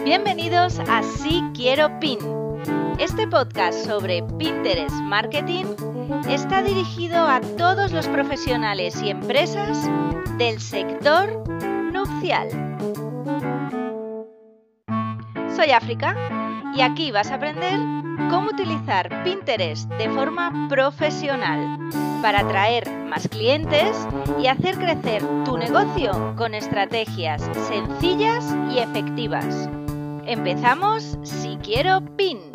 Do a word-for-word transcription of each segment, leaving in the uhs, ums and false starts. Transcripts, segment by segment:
Bienvenidos a Sí Quiero Pin. Este podcast sobre Pinterest Marketing está dirigido a todos los profesionales y empresas del sector nupcial. Soy África y aquí vas a aprender cómo utilizar Pinterest de forma profesional para atraer más clientes y hacer crecer tu negocio con estrategias sencillas y efectivas. Empezamos Si Quiero Pin.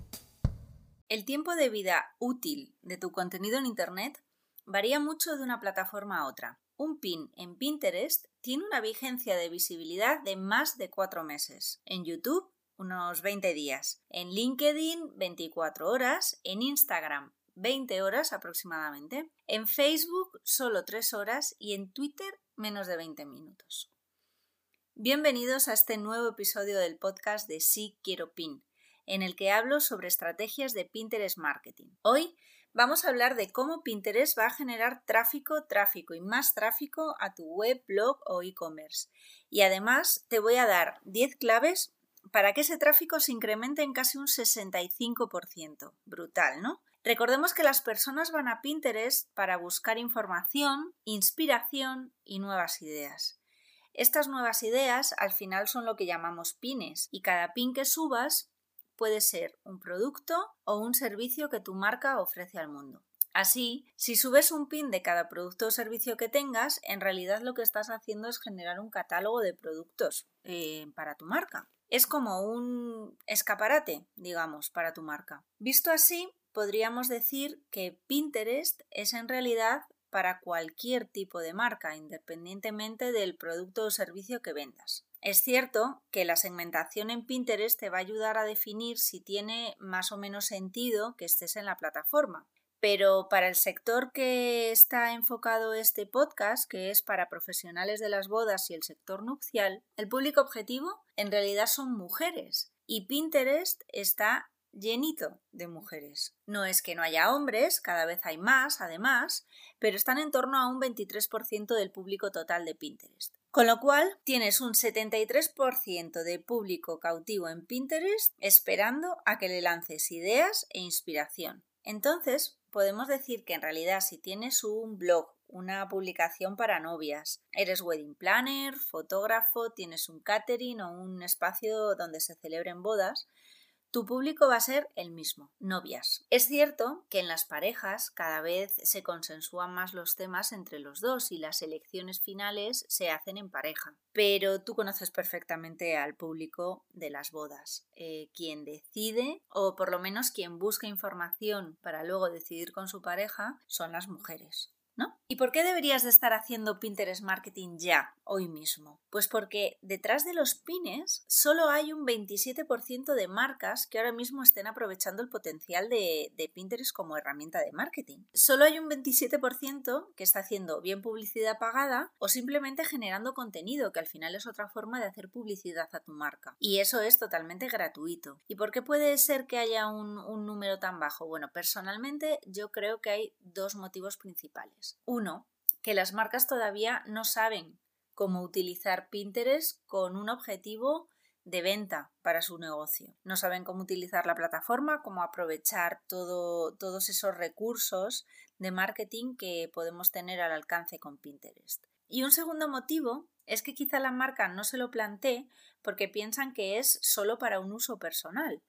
El tiempo de vida útil de tu contenido en Internet varía mucho de una plataforma a otra. Un pin en Pinterest tiene una vigencia de visibilidad de más de cuatro meses. En YouTube, unos veinte días. En LinkedIn, veinticuatro horas. En Instagram, veinte horas aproximadamente. En Facebook, solo tres horas. Y en Twitter, menos de veinte minutos. Bienvenidos a este nuevo episodio del podcast de Sí Quiero Pin, en el que hablo sobre estrategias de Pinterest Marketing. Hoy vamos a hablar de cómo Pinterest va a generar tráfico, tráfico y más tráfico a tu web, blog o e-commerce. Y además te voy a dar diez claves para que ese tráfico se incremente en casi un sesenta y cinco por ciento. Brutal, ¿no? Recordemos que las personas van a Pinterest para buscar información, inspiración y nuevas ideas. Estas nuevas ideas al final son lo que llamamos pines y cada pin que subas puede ser un producto o un servicio que tu marca ofrece al mundo. Así, si subes un pin de cada producto o servicio que tengas, en realidad lo que estás haciendo es generar un catálogo de productos eh, para tu marca. Es como un escaparate, digamos, para tu marca. Visto así, podríamos decir que Pinterest es en realidad para cualquier tipo de marca, independientemente del producto o servicio que vendas. Es cierto que la segmentación en Pinterest te va a ayudar a definir si tiene más o menos sentido que estés en la plataforma. Pero para el sector que está enfocado este podcast, que es para profesionales de las bodas y el sector nupcial, el público objetivo en realidad son mujeres y Pinterest está llenito de mujeres. No es que no haya hombres, cada vez hay más, además, pero están en torno a un veintitrés por ciento del público total de Pinterest. Con lo cual, tienes un setenta y tres por ciento de público cautivo en Pinterest esperando a que le lances ideas e inspiración. Entonces, podemos decir que en realidad si tienes un blog, una publicación para novias, eres wedding planner, fotógrafo, tienes un catering o un espacio donde se celebren bodas, tu público va a ser el mismo, novias. Es cierto que en las parejas cada vez se consensúan más los temas entre los dos y las elecciones finales se hacen en pareja. Pero tú conoces perfectamente al público de las bodas. Eh, quien decide, o por lo menos quien busca información para luego decidir con su pareja, son las mujeres, ¿no? ¿Y por qué deberías de estar haciendo Pinterest Marketing ya, hoy mismo? Pues porque detrás de los pines solo hay un veintisiete por ciento de marcas que ahora mismo estén aprovechando el potencial de, de Pinterest como herramienta de marketing. Solo hay un veintisiete por ciento que está haciendo bien publicidad pagada o simplemente generando contenido, que al final es otra forma de hacer publicidad a tu marca. Y eso es totalmente gratuito. ¿Y por qué puede ser que haya un, un número tan bajo? Bueno, personalmente yo creo que hay dos motivos principales. Uno, que las marcas todavía no saben cómo utilizar Pinterest con un objetivo de venta para su negocio. No saben cómo utilizar la plataforma, cómo aprovechar todo, todos esos recursos de marketing que podemos tener al alcance con Pinterest. Y un segundo motivo es que quizá la marca no se lo plantee porque piensan que es solo para un uso personal.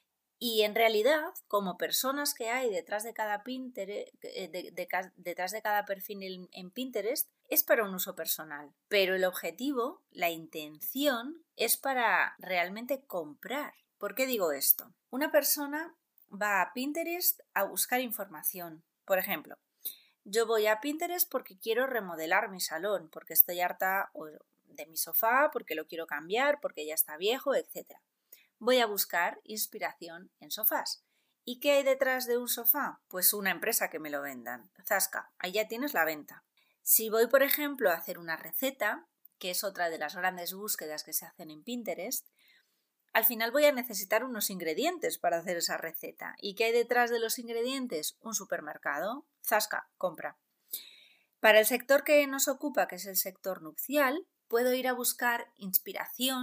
Y en realidad, como personas que hay detrás de cada Pinterest, de, de, de, detrás de cada perfil en, en Pinterest, es para un uso personal. Pero el objetivo, la intención, es para realmente comprar. ¿Por qué digo esto? Una persona va a Pinterest a buscar información. Por ejemplo, yo voy a Pinterest porque quiero remodelar mi salón, porque estoy harta de mi sofá, porque lo quiero cambiar, porque ya está viejo, etcétera. Voy a buscar inspiración en sofás. ¿Y qué hay detrás de un sofá? Pues una empresa que me lo vendan. Zasca, ahí ya tienes la venta. Si voy, por ejemplo, a hacer una receta, que es otra de las grandes búsquedas que se hacen en Pinterest, al final voy a necesitar unos ingredientes para hacer esa receta. ¿Y qué hay detrás de los ingredientes? Un supermercado. Zasca, compra. Para el sector que nos ocupa, que es el sector nupcial, puedo ir a buscar inspiración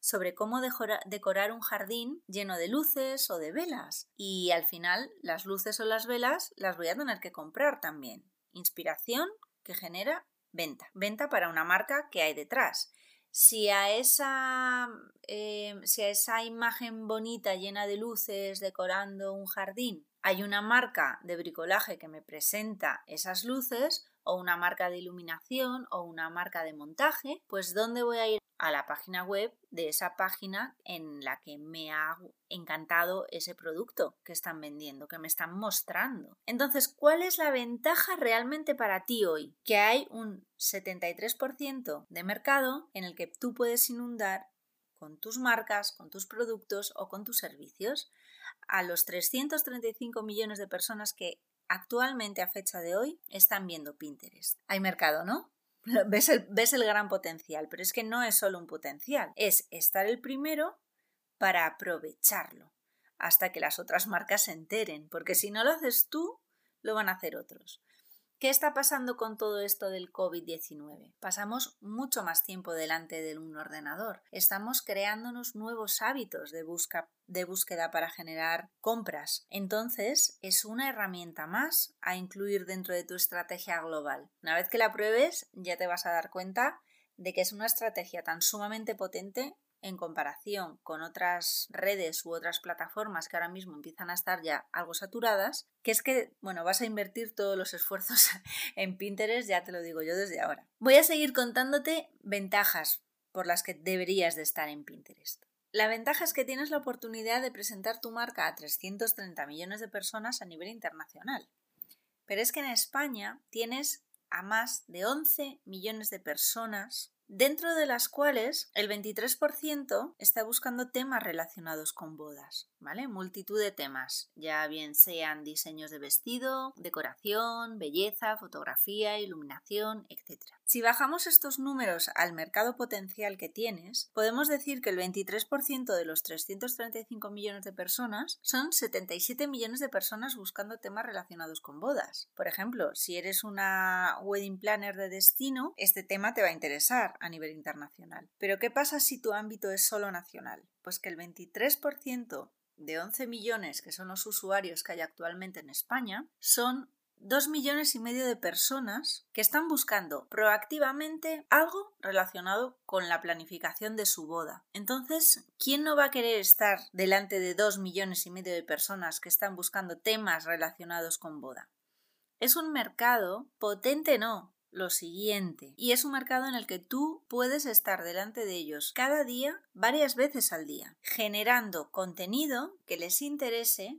sobre cómo decorar un jardín lleno de luces o de velas. Y al final las luces o las velas las voy a tener que comprar también. Inspiración que genera venta. Venta para una marca que hay detrás. Si a esa, eh, si a esa imagen bonita llena de luces decorando un jardín hay una marca de bricolaje que me presenta esas luces, o una marca de iluminación o una marca de montaje, pues ¿dónde voy a ir? A la página web de esa página en la que me ha encantado ese producto que están vendiendo, que me están mostrando. Entonces, ¿cuál es la ventaja realmente para ti hoy? Que hay un setenta y tres por ciento de mercado en el que tú puedes inundar con tus marcas, con tus productos o con tus servicios a los trescientos treinta y cinco millones de personas que actualmente a fecha de hoy están viendo Pinterest. Hay mercado, ¿no? Ves el, ves el gran potencial, pero es que no es solo un potencial, es estar el primero para aprovecharlo hasta que las otras marcas se enteren, porque si no lo haces tú, lo van a hacer otros. ¿Qué está pasando con todo esto del covid diecinueve? Pasamos mucho más tiempo delante de un ordenador. Estamos creándonos nuevos hábitos de, busca, de búsqueda para generar compras. Entonces, es una herramienta más a incluir dentro de tu estrategia global. Una vez que la pruebes, ya te vas a dar cuenta de que es una estrategia tan sumamente potente en comparación con otras redes u otras plataformas que ahora mismo empiezan a estar ya algo saturadas, que es que, bueno, vas a invertir todos los esfuerzos en Pinterest, ya te lo digo yo desde ahora. Voy a seguir contándote ventajas por las que deberías de estar en Pinterest. La ventaja es que tienes la oportunidad de presentar tu marca a trescientos treinta millones de personas a nivel internacional. Pero es que en España tienes a más de once millones de personas, dentro de las cuales el veintitrés por ciento está buscando temas relacionados con bodas, ¿vale? Multitud de temas, ya bien sean diseños de vestido, decoración, belleza, fotografía, iluminación, etcétera. Si bajamos estos números al mercado potencial que tienes, podemos decir que el veintitrés por ciento de los trescientos treinta y cinco millones de personas son setenta y siete millones de personas buscando temas relacionados con bodas. Por ejemplo, si eres una wedding planner de destino, este tema te va a interesar a nivel internacional. Pero ¿qué pasa si tu ámbito es solo nacional? Pues que el veintitrés por ciento de once millones, que son los usuarios que hay actualmente en España, son dos millones y medio de personas que están buscando proactivamente algo relacionado con la planificación de su boda. Entonces, ¿quién no va a querer estar delante de dos millones y medio de personas que están buscando temas relacionados con boda? Es un mercado potente, no, lo siguiente. Y es un mercado en el que tú puedes estar delante de ellos cada día, varias veces al día, generando contenido que les interese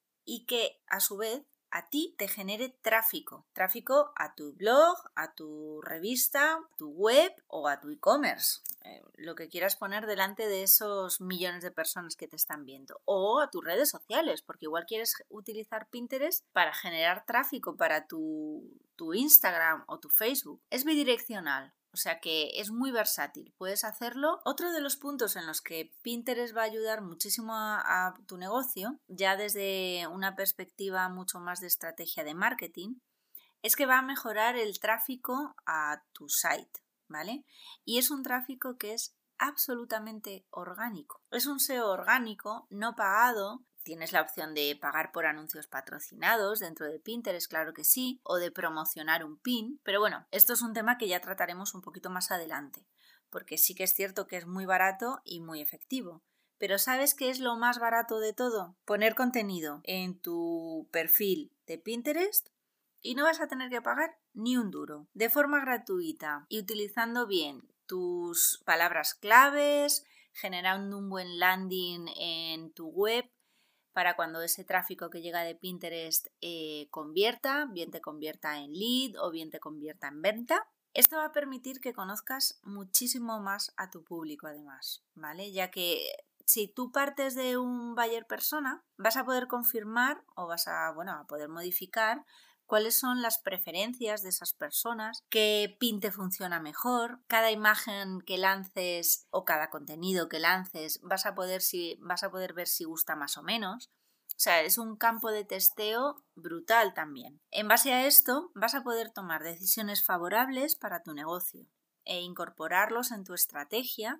y que, a su vez, a ti te genere tráfico. Tráfico a tu blog, a tu revista, a tu web o a tu e-commerce. Eh, lo que quieras poner delante de esos millones de personas que te están viendo. O a tus redes sociales, porque igual quieres utilizar Pinterest para generar tráfico para tu, tu Instagram o tu Facebook. Es bidireccional. O sea que es muy versátil, puedes hacerlo. Otro de los puntos en los que Pinterest va a ayudar muchísimo a, a tu negocio, ya desde una perspectiva mucho más de estrategia de marketing, es que va a mejorar el tráfico a tu site, ¿vale? Y es un tráfico que es absolutamente orgánico. Es un S E O orgánico, no pagado. Tienes la opción de pagar por anuncios patrocinados dentro de Pinterest, claro que sí, o de promocionar un pin, pero bueno, esto es un tema que ya trataremos un poquito más adelante, porque sí que es cierto que es muy barato y muy efectivo. Pero ¿sabes qué es lo más barato de todo? Poner contenido en tu perfil de Pinterest y no vas a tener que pagar ni un duro, de forma gratuita y utilizando bien tus palabras claves, generando un buen landing en tu web, para cuando ese tráfico que llega de Pinterest eh, convierta, bien te convierta en lead o bien te convierta en venta. Esto va a permitir que conozcas muchísimo más a tu público además, ¿vale? Ya que si tú partes de un buyer persona, vas a poder confirmar o vas a, bueno, a poder modificar cuáles son las preferencias de esas personas, qué pin te funciona mejor, cada imagen que lances o cada contenido que lances vas a poder, si, vas a poder ver si gusta más o menos. O sea, es un campo de testeo brutal también. En base a esto vas a poder tomar decisiones favorables para tu negocio e incorporarlos en tu estrategia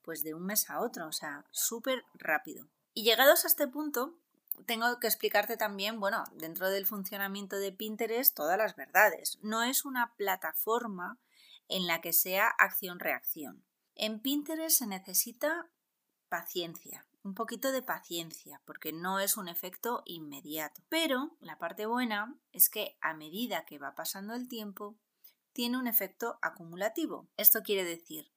pues de un mes a otro, o sea, súper rápido. Y llegados a este punto, tengo que explicarte también, bueno, dentro del funcionamiento de Pinterest, todas las verdades. No es una plataforma en la que sea acción-reacción. En Pinterest se necesita paciencia, un poquito de paciencia, porque no es un efecto inmediato. Pero la parte buena es que a medida que va pasando el tiempo, tiene un efecto acumulativo. Esto quiere decir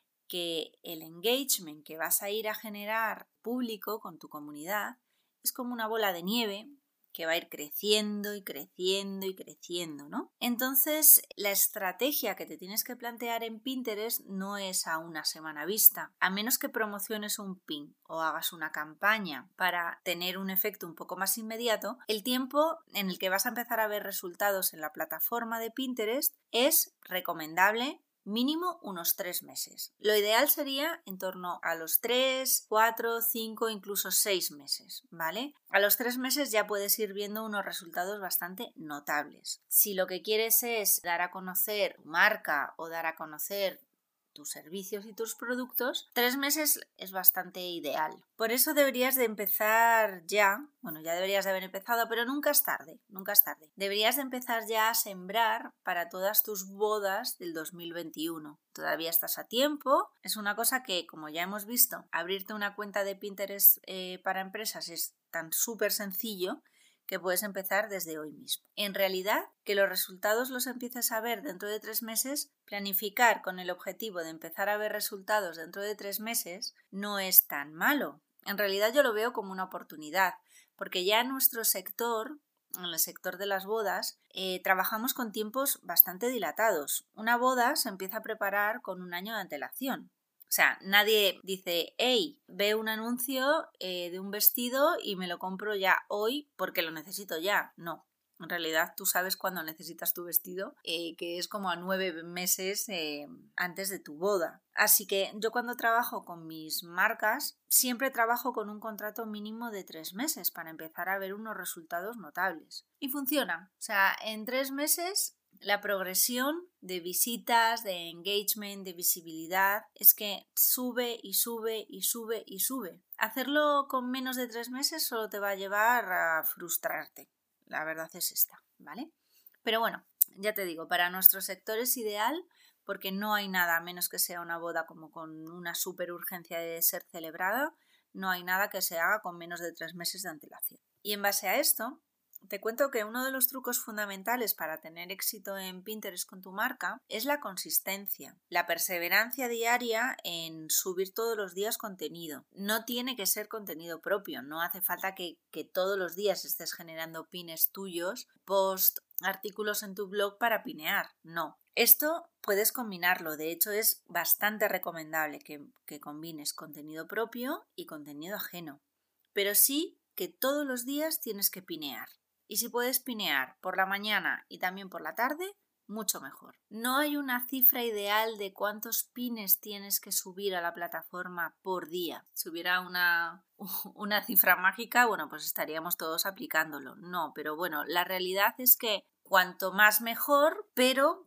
que el engagement que vas a ir a generar público con tu comunidad es como una bola de nieve que va a ir creciendo y creciendo y creciendo, ¿no? Entonces, la estrategia que te tienes que plantear en Pinterest no es a una semana vista. A menos que promociones un pin o hagas una campaña para tener un efecto un poco más inmediato, el tiempo en el que vas a empezar a ver resultados en la plataforma de Pinterest es recomendable mínimo unos tres meses. Lo ideal sería en torno a los tres, cuatro, cinco, incluso seis meses, ¿vale? A los tres meses ya puedes ir viendo unos resultados bastante notables. Si lo que quieres es dar a conocer tu marca o dar a conocer tus servicios y tus productos, tres meses es bastante ideal. Por eso deberías de empezar ya, bueno, ya deberías de haber empezado, pero nunca es tarde, nunca es tarde. Deberías de empezar ya a sembrar para todas tus bodas del dos mil veintiuno. Todavía estás a tiempo. Es una cosa que, como ya hemos visto, abrirte una cuenta de Pinterest eh, para empresas es tan súper sencillo que puedes empezar desde hoy mismo. En realidad, que los resultados los empieces a ver dentro de tres meses, planificar con el objetivo de empezar a ver resultados dentro de tres meses no es tan malo. En realidad yo lo veo como una oportunidad, porque ya en nuestro sector, en el sector de las bodas, eh, trabajamos con tiempos bastante dilatados. Una boda se empieza a preparar con un año de antelación. O sea, nadie dice, hey, ve un anuncio eh, de un vestido y me lo compro ya hoy porque lo necesito ya. No, en realidad tú sabes cuándo necesitas tu vestido, eh, que es como a nueve meses eh, antes de tu boda. Así que yo cuando trabajo con mis marcas, siempre trabajo con un contrato mínimo de tres meses para empezar a ver unos resultados notables. Y funciona. O sea, en tres meses la progresión de visitas, de engagement, de visibilidad, es que sube y sube y sube y sube. Hacerlo con menos de tres meses solo te va a llevar a frustrarte. La verdad es esta, ¿vale? Pero bueno, ya te digo, para nuestro sector es ideal porque no hay nada, a menos que sea una boda como con una súper urgencia de ser celebrada, no hay nada que se haga con menos de tres meses de antelación. Y en base a esto, te cuento que uno de los trucos fundamentales para tener éxito en Pinterest con tu marca es la consistencia, la perseverancia diaria en subir todos los días contenido. No tiene que ser contenido propio, no hace falta que, que todos los días estés generando pines tuyos, post, artículos en tu blog para pinear, no. Esto puedes combinarlo, de hecho es bastante recomendable que, que combines contenido propio y contenido ajeno, pero sí que todos los días tienes que pinear. Y si puedes pinear por la mañana y también por la tarde, mucho mejor. No hay una cifra ideal de cuántos pines tienes que subir a la plataforma por día. Si hubiera una, una cifra mágica, bueno, pues estaríamos todos aplicándolo. No, pero bueno, la realidad es que cuanto más mejor, pero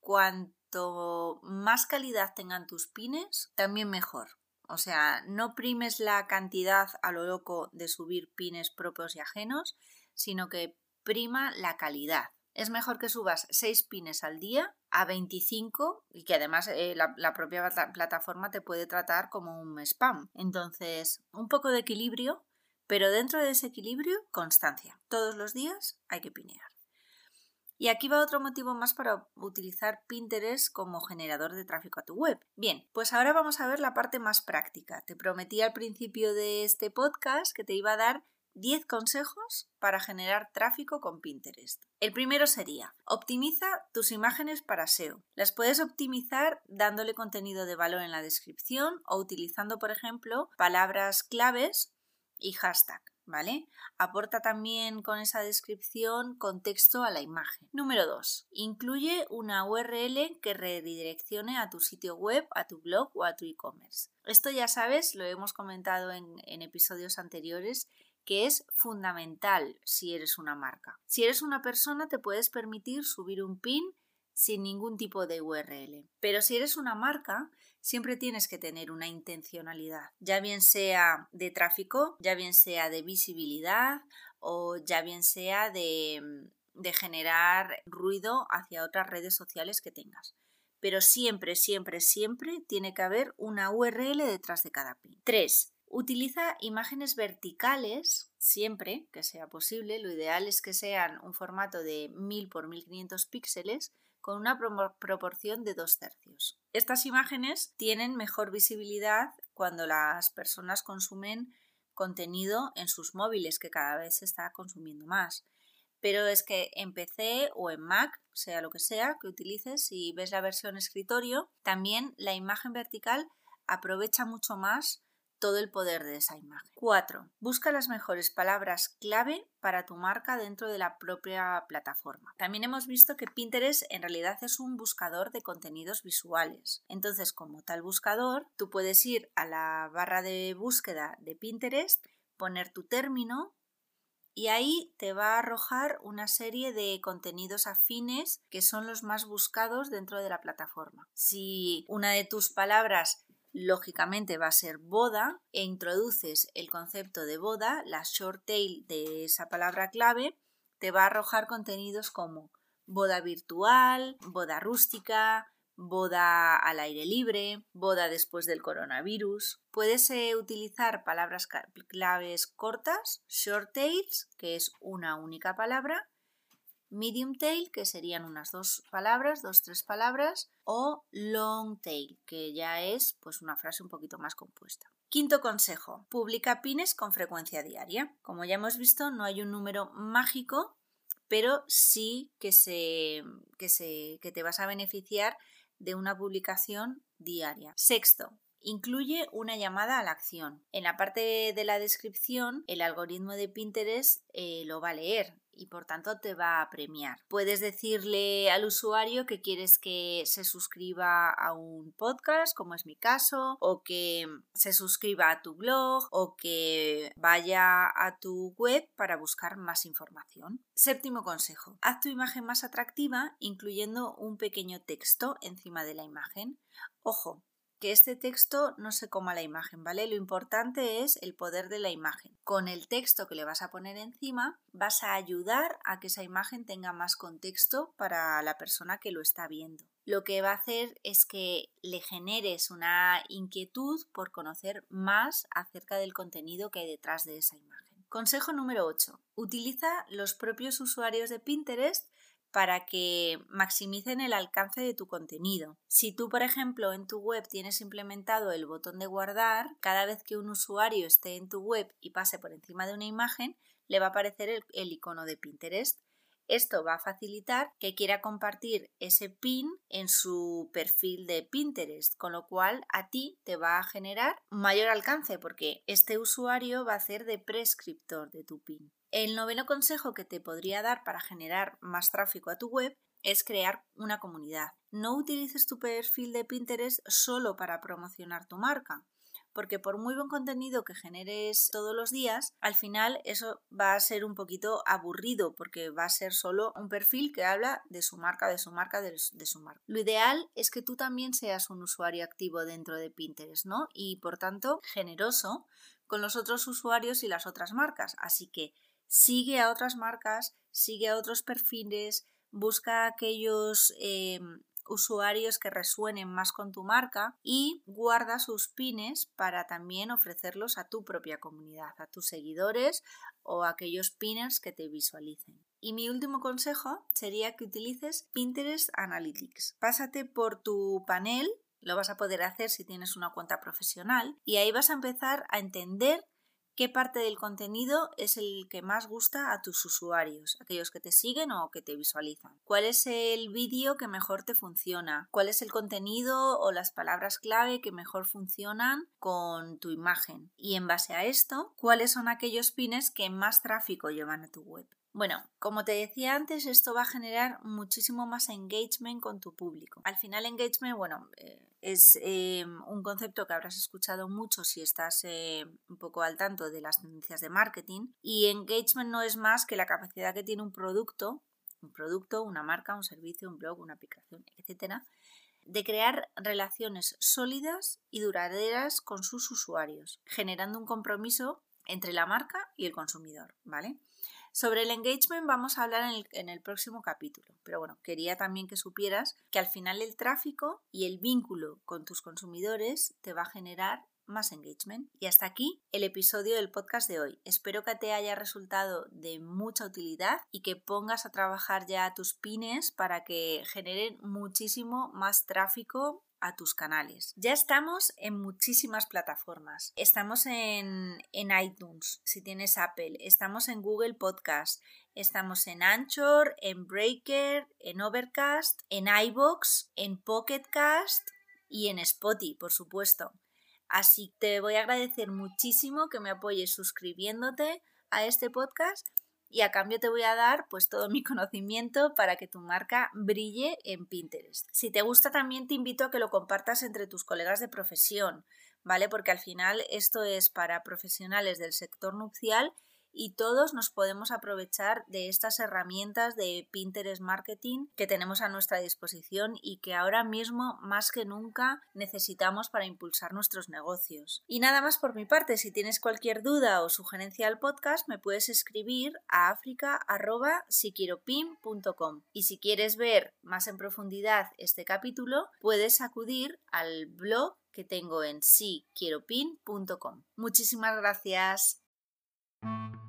cuanto más calidad tengan tus pines, también mejor. O sea, no primes la cantidad a lo loco de subir pines propios y ajenos, sino que prima la calidad. Es mejor que subas seis pines al día a veinticinco y que además eh, la, la propia plataforma te puede tratar como un spam. Entonces, un poco de equilibrio, pero dentro de ese equilibrio, constancia. Todos los días hay que pinear. Y aquí va otro motivo más para utilizar Pinterest como generador de tráfico a tu web. Bien, pues ahora vamos a ver la parte más práctica. Te prometí al principio de este podcast que te iba a dar diez consejos para generar tráfico con Pinterest. El primero sería, optimiza tus imágenes para S E O. Las puedes optimizar dándole contenido de valor en la descripción o utilizando, por ejemplo, palabras claves y hashtag, ¿vale? Aporta también con esa descripción contexto a la imagen. Número dos. Incluye una U R L que redireccione a tu sitio web, a tu blog o a tu e-commerce. Esto ya sabes, lo hemos comentado en, en episodios anteriores, que es fundamental si eres una marca. Si eres una persona te puedes permitir subir un pin sin ningún tipo de U R L. Pero si eres una marca, siempre tienes que tener una intencionalidad, ya bien sea de tráfico, ya bien sea de visibilidad o ya bien sea de, de generar ruido hacia otras redes sociales que tengas. Pero siempre, siempre, siempre tiene que haber una U R L detrás de cada pin. tres. Utiliza imágenes verticales siempre que sea posible. Lo ideal es que sean un formato de mil por mil quinientos píxeles con una pro- proporción de dos tercios. Estas imágenes tienen mejor visibilidad cuando las personas consumen contenido en sus móviles, que cada vez se está consumiendo más. Pero es que en P C o en Mac, sea lo que sea que utilices, si ves la versión escritorio, también la imagen vertical aprovecha mucho más todo el poder de esa imagen. cuatro. Busca las mejores palabras clave para tu marca dentro de la propia plataforma. También hemos visto que Pinterest en realidad es un buscador de contenidos visuales. Entonces, como tal buscador, tú puedes ir a la barra de búsqueda de Pinterest, poner tu término y ahí te va a arrojar una serie de contenidos afines que son los más buscados dentro de la plataforma. Si una de tus palabras lógicamente va a ser boda e introduces el concepto de boda, la short tail de esa palabra clave te va a arrojar contenidos como boda virtual, boda rústica, boda al aire libre, boda después del coronavirus. Puedes eh, utilizar palabras claves cortas, short tails, que es una única palabra, medium tail, que serían unas dos palabras, dos, tres palabras, o long tail, que ya es pues una frase un poquito más compuesta. Quinto consejo, publica pines con frecuencia diaria. Como ya hemos visto, no hay un número mágico, pero sí que, se, que, se, que te vas a beneficiar de una publicación diaria. Sexto, incluye una llamada a la acción. En la parte de la descripción, el algoritmo de Pinterest eh, lo va a leer y por tanto te va a premiar. Puedes decirle al usuario que quieres que se suscriba a un podcast, como es mi caso, o que se suscriba a tu blog, o que vaya a tu web para buscar más información. Séptimo consejo, haz tu imagen más atractiva incluyendo un pequeño texto encima de la imagen. Ojo, que este texto no se coma la imagen, ¿vale? Lo importante es el poder de la imagen. Con el texto que le vas a poner encima vas a ayudar a que esa imagen tenga más contexto para la persona que lo está viendo. Lo que va a hacer es que le generes una inquietud por conocer más acerca del contenido que hay detrás de esa imagen. Consejo número ocho. Utiliza los propios usuarios de Pinterest para que maximicen el alcance de tu contenido. Si tú, por ejemplo, en tu web tienes implementado el botón de guardar, cada vez que un usuario esté en tu web y pase por encima de una imagen, le va a aparecer el, el icono de Pinterest. Esto va a facilitar que quiera compartir ese pin en su perfil de Pinterest, con lo cual a ti te va a generar un mayor alcance porque este usuario va a hacer de prescriptor de tu pin. El noveno consejo que te podría dar para generar más tráfico a tu web es crear una comunidad. No utilices tu perfil de Pinterest solo para promocionar tu marca, porque por muy buen contenido que generes todos los días, al final eso va a ser un poquito aburrido porque va a ser solo un perfil que habla de su marca, de su marca, de su marca. Lo ideal es que tú también seas un usuario activo dentro de Pinterest, ¿no? Y por tanto, generoso con los otros usuarios y las otras marcas. Así que sigue a otras marcas, sigue a otros perfiles, busca aquellos eh, usuarios que resuenen más con tu marca y guarda sus pines para también ofrecerlos a tu propia comunidad, a tus seguidores o a aquellos pinners que te visualicen. Y mi último consejo sería que utilices Pinterest Analytics. Pásate por tu panel, lo vas a poder hacer si tienes una cuenta profesional y ahí vas a empezar a entender qué parte del contenido es el que más gusta a tus usuarios, aquellos que te siguen o que te visualizan. ¿Cuál es el vídeo que mejor te funciona? ¿Cuál es el contenido o las palabras clave que mejor funcionan con tu imagen? Y en base a esto, ¿cuáles son aquellos pines que más tráfico llevan a tu web? Bueno, como te decía antes, esto va a generar muchísimo más engagement con tu público. Al final, engagement, bueno, eh, es eh, un concepto que habrás escuchado mucho si estás eh, un poco al tanto de las tendencias de marketing. Y engagement no es más que la capacidad que tiene un producto, un producto, una marca, un servicio, un blog, una aplicación, etcétera, de crear relaciones sólidas y duraderas con sus usuarios, generando un compromiso entre la marca y el consumidor, ¿vale? Sobre el engagement vamos a hablar en el, en el próximo capítulo, pero bueno, quería también que supieras que al final el tráfico y el vínculo con tus consumidores te va a generar más engagement. Y hasta aquí el episodio del podcast de hoy. Espero que te haya resultado de mucha utilidad y que pongas a trabajar ya tus pines para que generen muchísimo más tráfico a tus canales. Ya estamos en muchísimas plataformas. Estamos en, en iTunes, si tienes Apple. Estamos en Google Podcast. Estamos en Anchor, en Breaker, en Overcast, en iVoox, en Pocket Cast y en Spotify, por supuesto. Así que te voy a agradecer muchísimo que me apoyes suscribiéndote a este podcast y a cambio te voy a dar pues todo mi conocimiento para que tu marca brille en Pinterest. Si te gusta también te invito a que lo compartas entre tus colegas de profesión, ¿vale? Porque al final esto es para profesionales del sector nupcial y todos nos podemos aprovechar de estas herramientas de Pinterest Marketing que tenemos a nuestra disposición y que ahora mismo más que nunca necesitamos para impulsar nuestros negocios. Y nada más por mi parte, si tienes cualquier duda o sugerencia al podcast me puedes escribir a africa arroba siquieropin punto com y si quieres ver más en profundidad este capítulo puedes acudir al blog que tengo en siquieropin punto com. Muchísimas gracias.